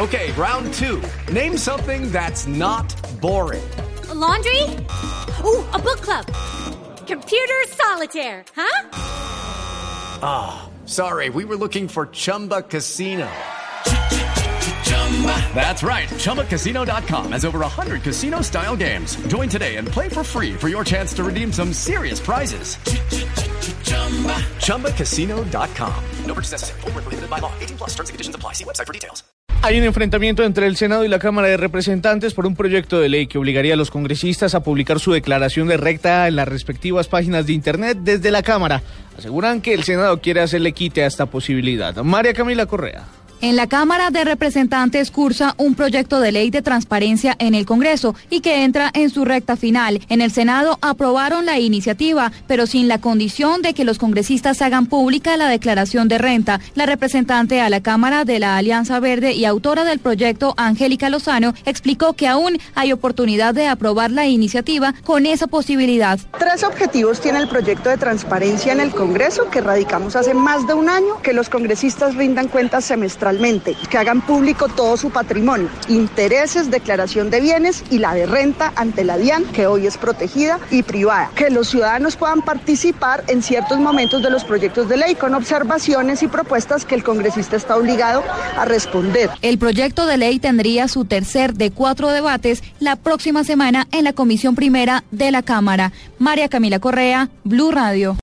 Okay, round two. Name something that's not boring. A laundry? Ooh, a book club. Computer solitaire, huh? Ah, sorry, we were looking for Chumba Casino. That's right, ChumbaCasino.com has over 100 casino-style games. Join today and play for free for your chance to redeem some serious prizes. ChumbaCasino.com. No purchase necessary. Void where prohibited by law. 18+ terms and conditions apply. See website for details. Hay un enfrentamiento entre el Senado y la Cámara de Representantes por un proyecto de ley que obligaría a los congresistas a publicar su declaración de renta en las respectivas páginas de Internet desde la Cámara. Aseguran que el Senado quiere hacerle quite a esta posibilidad. María Camila Correa. En la Cámara de Representantes cursa un proyecto de ley de transparencia en el Congreso y que entra en su recta final. En el Senado aprobaron la iniciativa, pero sin la condición de que los congresistas hagan pública la declaración de renta. La representante a la Cámara de la Alianza Verde y autora del proyecto, Angélica Lozano, explicó que aún hay oportunidad de aprobar la iniciativa con esa posibilidad. 3 objetivos tiene el proyecto de transparencia en el Congreso, que radicamos hace más de un año: que los congresistas rindan cuentas semestralmente, que hagan público todo su patrimonio, intereses, declaración de bienes y la de renta ante la DIAN, que hoy es protegida y privada, que los ciudadanos puedan participar en ciertos momentos de los proyectos de ley con observaciones y propuestas que el congresista está obligado a responder. El proyecto de ley tendría su tercer de 4 debates la próxima semana en la Comisión Primera de la Cámara. María Camila Correa, Blue Radio.